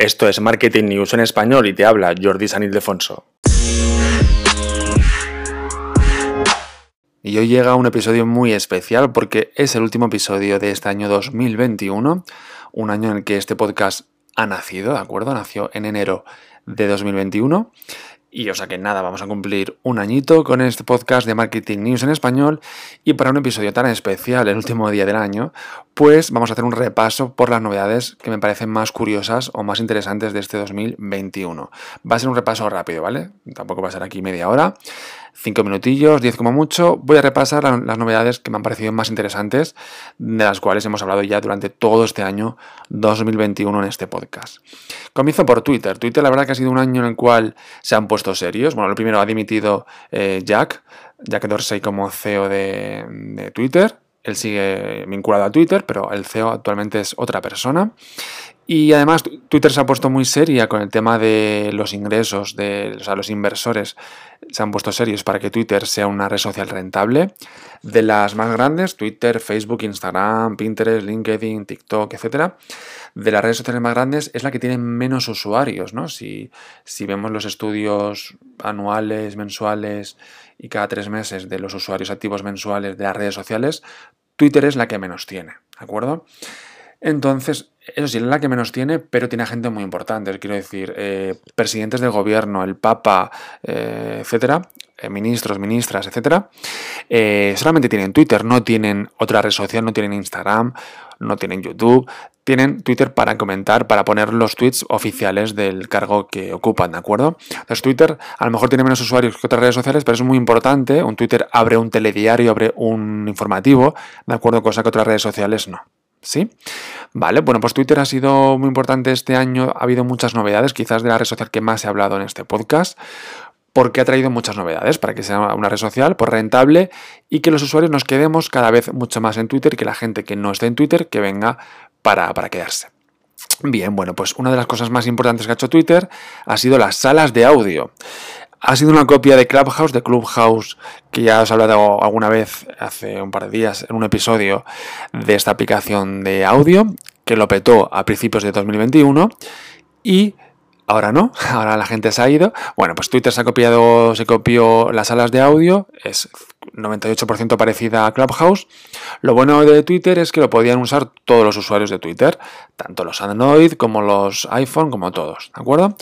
Esto es Marketing News en español y te habla Jordi San Ildefonso. Y hoy llega un episodio muy especial porque es el último episodio de este año 2021, un año en el que este podcast ha nacido, ¿de acuerdo? Nació en enero de 2021. Y o sea que nada, vamos a cumplir un añito con este podcast de Marketing News en español y para un episodio tan especial, el último día del año, pues vamos a hacer un repaso por las novedades que me parecen más curiosas o más interesantes de este 2021. Va a ser un repaso rápido, ¿vale? Tampoco va a ser aquí media hora, 5 minutillos, 10 como mucho. Voy a repasar las novedades que me han parecido más interesantes, de las cuales hemos hablado ya durante todo este año 2021 en este podcast. Comienzo por Twitter. Twitter la verdad que ha sido un año en el cual se han puesto serios. Bueno, lo primero ha dimitido Jack Dorsey como CEO de Twitter. Él sigue vinculado a Twitter, pero el CEO actualmente es otra persona. Y además Twitter se ha puesto muy seria con el tema de los ingresos, los inversores se han puesto serios para que Twitter sea una red social rentable. De las más grandes, Twitter, Facebook, Instagram, Pinterest, LinkedIn, TikTok, etc. De las redes sociales más grandes es la que tiene menos usuarios, ¿no? Si vemos los estudios anuales, mensuales y cada 3 meses de los usuarios activos mensuales de las redes sociales, Twitter es la que menos tiene, ¿de acuerdo? Entonces, eso sí, es la que menos tiene, pero tiene gente muy importante. Quiero decir, presidentes del gobierno, el Papa, etcétera, ministros, ministras, etcétera, solamente tienen Twitter, no tienen otra red social, no tienen Instagram, no tienen YouTube, tienen Twitter para comentar, para poner los tweets oficiales del cargo que ocupan, ¿de acuerdo? Entonces Twitter a lo mejor tiene menos usuarios que otras redes sociales, pero es muy importante. Un Twitter abre un telediario, abre un informativo, ¿de acuerdo? Cosa que otras redes sociales no. ¿Sí? Vale, bueno, pues Twitter ha sido muy importante este año, ha habido muchas novedades, quizás de la red social que más he hablado en este podcast, porque ha traído muchas novedades para que sea una red social pues, rentable y que los usuarios nos quedemos cada vez mucho más en Twitter, que la gente que no esté en Twitter que venga para quedarse. Bien, bueno, pues una de las cosas más importantes que ha hecho Twitter ha sido las salas de audio. Ha sido una copia de Clubhouse, que ya os he hablado alguna vez hace un par de días en un episodio de esta aplicación de audio, que lo petó a principios de 2021 y ahora no, ahora la gente se ha ido. Bueno, pues Twitter se copió las salas de audio, es 98% parecida a Clubhouse. Lo bueno de Twitter es que lo podían usar todos los usuarios de Twitter, tanto los Android como los iPhone, como todos, ¿de acuerdo?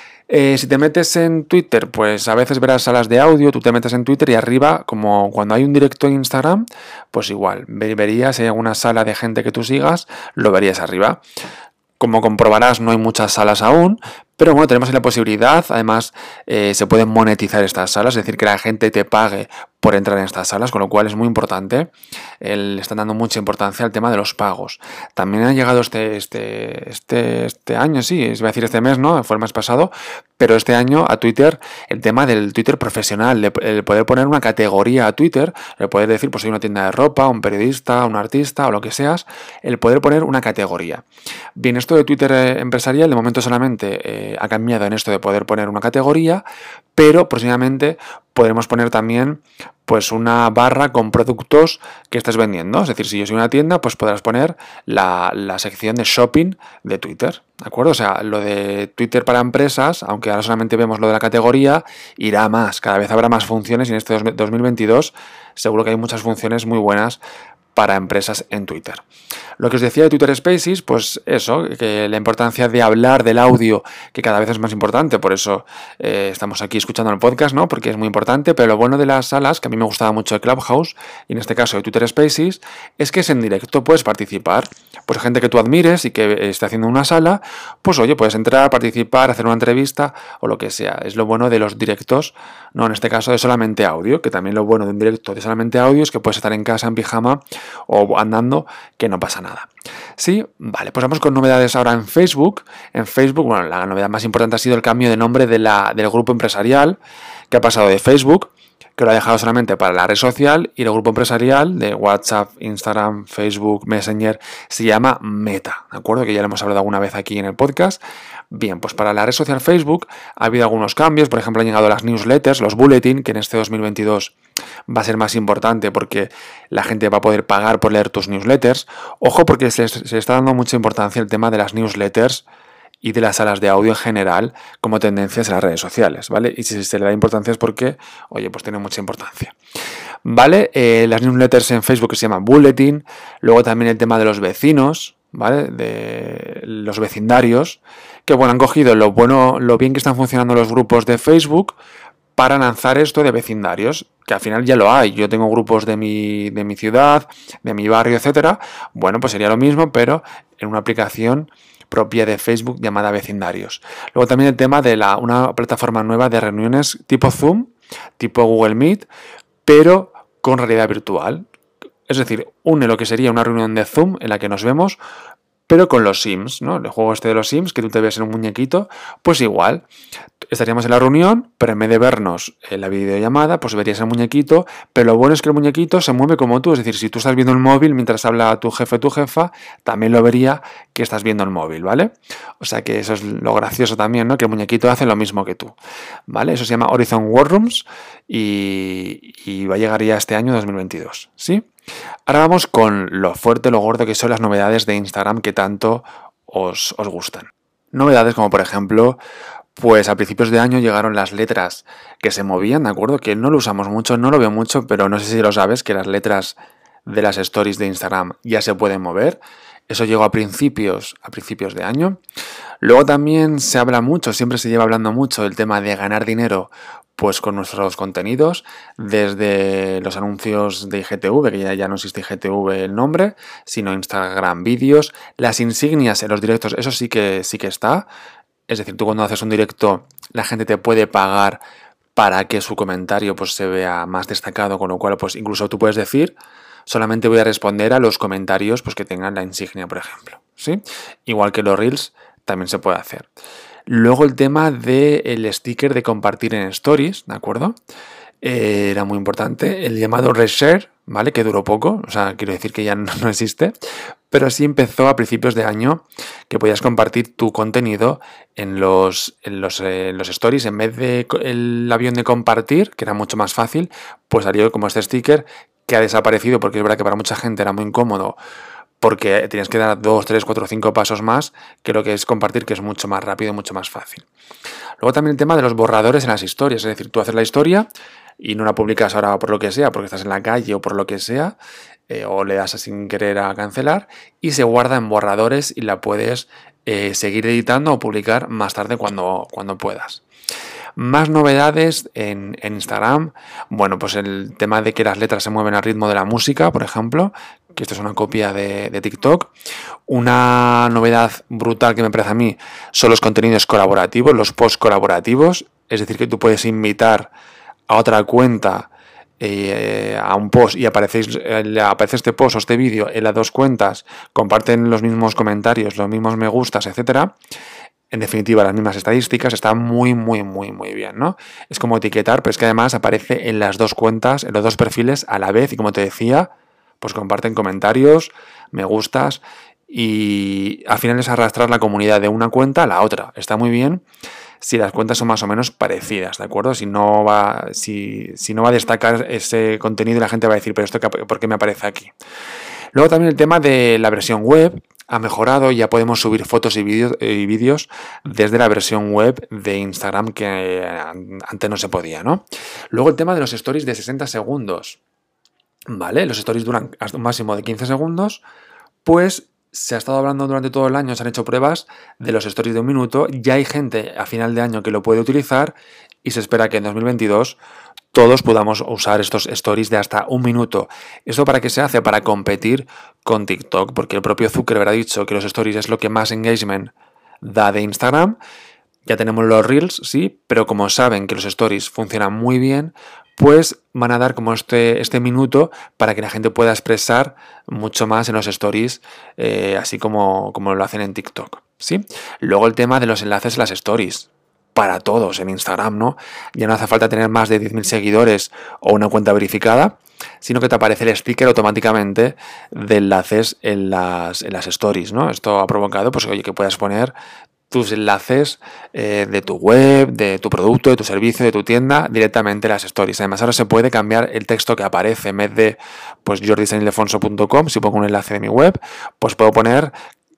Si te metes en Twitter, pues a veces verás salas de audio, tú te metes en Twitter y arriba, como cuando hay un directo en Instagram, pues igual, verías si hay alguna sala de gente que tú sigas, lo verías arriba. Como comprobarás, no hay muchas salas aún, pero bueno, tenemos la posibilidad, además se pueden monetizar estas salas, es decir, que la gente te pague por entrar en estas salas, con lo cual es muy importante. Le están dando mucha importancia al tema de los pagos. También ha llegado este año, sí, iba a decir este mes, ¿no? Fue el mes pasado, pero este año a Twitter, el tema del Twitter profesional, el poder poner una categoría a Twitter, el poder decir, pues soy una tienda de ropa, un periodista, un artista o lo que seas, el poder poner una categoría. Bien, esto de Twitter empresarial, de momento solamente ha cambiado en esto de poder poner una categoría, pero próximamente podremos poner también pues una barra con productos que estés vendiendo. Es decir, si yo soy una tienda, pues podrás poner la sección de shopping de Twitter, ¿de acuerdo? O sea, lo de Twitter para empresas, aunque ahora solamente vemos lo de la categoría, irá más, cada vez habrá más funciones y en este 2022 seguro que hay muchas funciones muy buenas para empresas en Twitter. Lo que os decía de Twitter Spaces, pues eso, que la importancia de hablar del audio, que cada vez es más importante, por eso estamos aquí escuchando el podcast, ¿no? Porque es muy importante, pero lo bueno de las salas, que a mí me gustaba mucho de Clubhouse, y en este caso de Twitter Spaces, es que es en directo, puedes participar. Pues gente que tú admires y que esté haciendo una sala, pues oye, puedes entrar, participar, hacer una entrevista o lo que sea. Es lo bueno de los directos, no en este caso de solamente audio, que también lo bueno de un directo de solamente audio es que puedes estar en casa en pijama o andando, que no pasa nada. Sí, vale, pues vamos con novedades ahora en Facebook. En Facebook, bueno, la novedad más importante ha sido el cambio de nombre del grupo empresarial, que ha pasado de Facebook, que lo ha dejado solamente para la red social, y el grupo empresarial de WhatsApp, Instagram, Facebook, Messenger, se llama Meta, ¿de acuerdo? Que ya lo hemos hablado alguna vez aquí en el podcast. Bien, pues para la red social Facebook ha habido algunos cambios, por ejemplo han llegado las newsletters, los bulletin, que en este 2022 va a ser más importante porque la gente va a poder pagar por leer tus newsletters. Ojo, porque se está dando mucha importancia el tema de las newsletters y de las salas de audio en general como tendencias en las redes sociales, ¿vale? Y si se le da importancia es porque, oye, pues tiene mucha importancia. ¿Vale? Las newsletters en Facebook que se llama Bulletin, luego también el tema de los vecinos, ¿vale? De los vecindarios, que bueno, han cogido lo bien que están funcionando los grupos de Facebook para lanzar esto de vecindarios, que al final ya lo hay. Yo tengo grupos de mi ciudad, de mi barrio, etcétera. Bueno, pues sería lo mismo, pero en una aplicación propia de Facebook llamada Vecindarios. Luego también el tema de una plataforma nueva de reuniones tipo Zoom, tipo Google Meet, pero con realidad virtual. Es decir, une lo que sería una reunión de Zoom en la que nos vemos, pero con los Sims, ¿no? El juego este de los Sims, que tú te ves en un muñequito, pues igual. Estaríamos en la reunión, pero en vez de vernos en la videollamada, pues verías el muñequito, pero lo bueno es que el muñequito se mueve como tú, es decir, si tú estás viendo el móvil mientras habla tu jefe o tu jefa, también lo vería que estás viendo el móvil, ¿vale? O sea que eso es lo gracioso también, ¿no? Que el muñequito hace lo mismo que tú, ¿vale? Eso se llama Horizon Workrooms y va a llegar ya este año 2022, ¿sí? Ahora vamos con lo fuerte, lo gordo que son las novedades de Instagram que tanto os gustan. Novedades como por ejemplo, pues a principios de año llegaron las letras que se movían, ¿de acuerdo? Que no lo usamos mucho, no lo veo mucho, pero no sé si lo sabes, que las letras de las stories de Instagram ya se pueden mover. Eso llegó a principios de año. Luego también se habla mucho, siempre se lleva hablando mucho del tema de ganar dinero pues con nuestros contenidos, desde los anuncios de IGTV, que ya no existe IGTV el nombre, sino Instagram vídeos, las insignias en los directos, eso sí que está. Es decir, tú cuando haces un directo, la gente te puede pagar para que su comentario pues se vea más destacado, con lo cual pues incluso tú puedes decir, solamente voy a responder a los comentarios pues que tengan la insignia, por ejemplo, ¿sí? Igual que los Reels también se puede hacer. Luego el tema del sticker de compartir en stories, ¿de acuerdo? Era muy importante. El llamado reshare, ¿vale? Que duró poco, o sea, quiero decir que ya no existe, pero sí empezó a principios de año que podías compartir tu contenido en los stories. En vez de el avión de compartir, que era mucho más fácil, pues salió como este sticker que ha desaparecido porque es verdad que para mucha gente era muy incómodo porque tenías que dar 2, 3, 4, 5 pasos más que lo que es compartir, que es mucho más rápido, mucho más fácil. Luego también el tema de los borradores en las historias, es decir, tú haces la historia y no la publicas ahora por lo que sea, porque estás en la calle o por lo que sea, o le das sin querer a cancelar y se guarda en borradores y la puedes seguir editando o publicar más tarde cuando puedas. Más novedades en Instagram. Bueno, pues el tema de que las letras se mueven al ritmo de la música, por ejemplo, que esto es una copia de TikTok. Una novedad brutal que me parece a mí son los contenidos colaborativos, los posts colaborativos. Es decir, que tú puedes invitar a otra cuenta a un post y le aparece este post o este vídeo en las dos cuentas, comparten los mismos comentarios, los mismos me gustas, etcétera. En definitiva, las mismas estadísticas, está muy bien, ¿no? Es como etiquetar, pero es que además aparece en las dos cuentas, en los dos perfiles a la vez y como te decía, pues comparten comentarios, me gustas y al final es arrastrar la comunidad de una cuenta a la otra. Está muy bien si las cuentas son más o menos parecidas, ¿de acuerdo? Si no va a destacar ese contenido y la gente va a decir, pero esto ¿por qué me aparece aquí? Luego también el tema de la versión web ha mejorado, ya podemos subir fotos y vídeos desde la versión web de Instagram que antes no se podía, ¿no? Luego el tema de los stories de 60 segundos, ¿vale? Los stories duran hasta un máximo de 15 segundos, pues se ha estado hablando durante todo el año, se han hecho pruebas de los stories de un minuto, ya hay gente a final de año que lo puede utilizar y se espera que en 2022 todos podamos usar estos stories de hasta un minuto. ¿Esto para qué se hace? Para competir con TikTok, porque el propio Zuckerberg ha dicho que los stories es lo que más engagement da de Instagram. Ya tenemos los Reels, sí, pero como saben que los stories funcionan muy bien, pues van a dar como este minuto para que la gente pueda expresar mucho más en los stories, así como lo hacen en TikTok, ¿sí? Luego el tema de los enlaces en las stories. Para todos en Instagram, ¿no? Ya no hace falta tener más de 10.000 seguidores o una cuenta verificada, sino que te aparece el sticker automáticamente de enlaces en las stories, ¿no? Esto ha provocado, pues, oye, que puedas poner tus enlaces de tu web, de tu producto, de tu servicio, de tu tienda, directamente en las stories. Además, ahora se puede cambiar el texto que aparece. En vez de, pues, jordisdanieldefonso.com, si pongo un enlace de mi web, pues puedo poner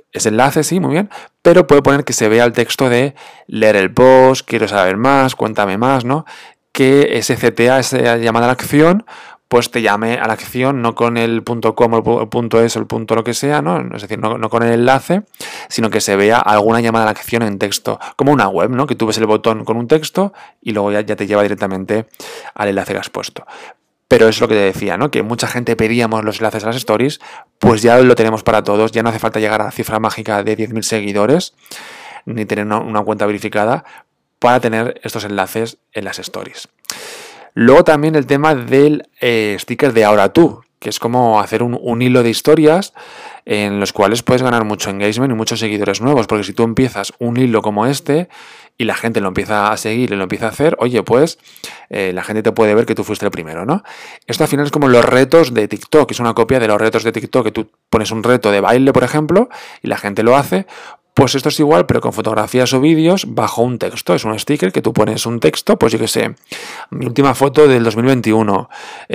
ese enlace, sí, muy bien, pero puede poner que se vea el texto de leer el post, quiero saber más, cuéntame más, ¿no? Que ese CTA, esa llamada a la acción, pues te llame a la acción, no con el .com, el .es o el punto lo que sea, ¿no? Es decir, no con el enlace, sino que se vea alguna llamada a la acción en texto, como una web, ¿no? Que tú ves el botón con un texto y luego ya te lleva directamente al enlace que has puesto. Pero es lo que te decía, ¿no? Que mucha gente pedíamos los enlaces a las stories, pues ya lo tenemos para todos, ya no hace falta llegar a la cifra mágica de 10.000 seguidores, ni tener una cuenta verificada para tener estos enlaces en las stories. Luego también el tema del sticker de Ahora Tú, que es como hacer un hilo de historias en los cuales puedes ganar mucho engagement y muchos seguidores nuevos, porque si tú empiezas un hilo como este y la gente lo empieza a seguir y lo empieza a hacer, oye, pues la gente te puede ver que tú fuiste el primero, ¿no? Esto al final es como los retos de TikTok, es una copia de los retos de TikTok, que tú pones un reto de baile, por ejemplo, y la gente lo hace. Pues esto es igual, pero con fotografías o vídeos bajo un texto. Es un sticker que tú pones un texto, pues yo qué sé, mi última foto del 2021,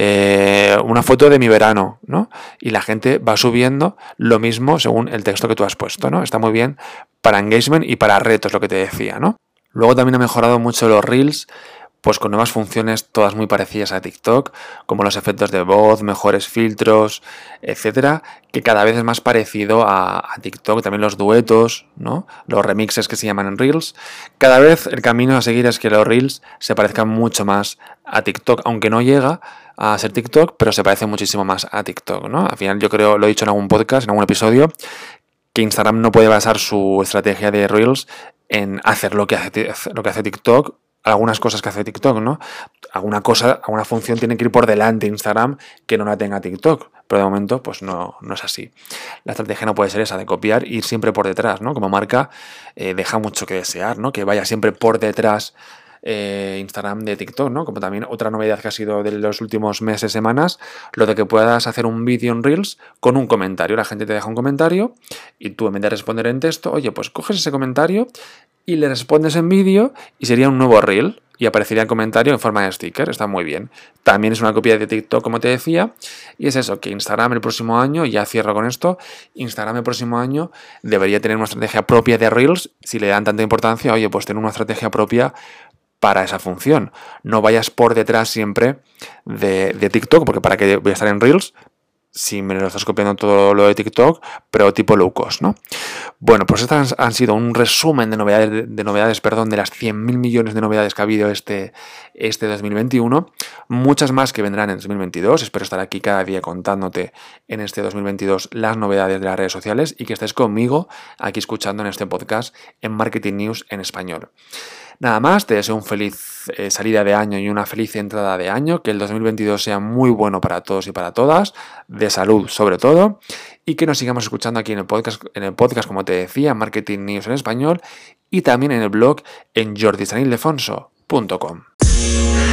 una foto de mi verano, ¿no? Y la gente va subiendo lo mismo según el texto que tú has puesto, ¿no? Está muy bien para engagement y para retos, lo que te decía, ¿no? Luego también ha mejorado mucho los Reels, pues con nuevas funciones todas muy parecidas a TikTok, como los efectos de voz, mejores filtros, etcétera, que cada vez es más parecido a TikTok. También los duetos, ¿no? Los remixes que se llaman en Reels. Cada vez el camino a seguir es que los Reels se parezcan mucho más a TikTok, aunque no llega a ser TikTok, pero se parece muchísimo más a TikTok, ¿no? Al final yo creo, lo he dicho en algún podcast, en algún episodio, que Instagram no puede basar su estrategia de Reels en hacer lo que hace TikTok, algunas cosas que hace TikTok, ¿no? Alguna función tiene que ir por delante Instagram que no la tenga TikTok, pero de momento pues no es así. La estrategia no puede ser esa de copiar e ir siempre por detrás, ¿no? Como marca deja mucho que desear, ¿no? Que vaya siempre por detrás Instagram de TikTok, ¿no? Como también otra novedad que ha sido de los últimos meses, semanas, lo de que puedas hacer un vídeo en Reels con un comentario. La gente te deja un comentario y tú, en vez de responder en texto, oye, pues coges ese comentario y le respondes en vídeo y sería un nuevo Reel y aparecería el comentario en forma de sticker. Está muy bien. También es una copia de TikTok, como te decía, y es eso, que Instagram el próximo año, ya cierro con esto, Instagram el próximo año debería tener una estrategia propia de Reels. Si le dan tanta importancia, oye, pues tener una estrategia propia para esa función. No vayas por detrás siempre de TikTok, porque ¿para qué voy a estar en Reels si me lo estás copiando todo lo de TikTok, pero tipo low cost, ¿no? Bueno, pues estas han sido un resumen de novedades, de las 100.000 millones de novedades que ha habido este 2021. Muchas más que vendrán en 2022. Espero estar aquí cada día contándote en este 2022 las novedades de las redes sociales y que estés conmigo aquí escuchando en este podcast en Marketing News en español. Nada más, te deseo un feliz salida de año y una feliz entrada de año, que el 2022 sea muy bueno para todos y para todas, de salud sobre todo, y que nos sigamos escuchando aquí en el podcast, como te decía, Marketing News en español, y también en el blog en jordisanildefonso.com.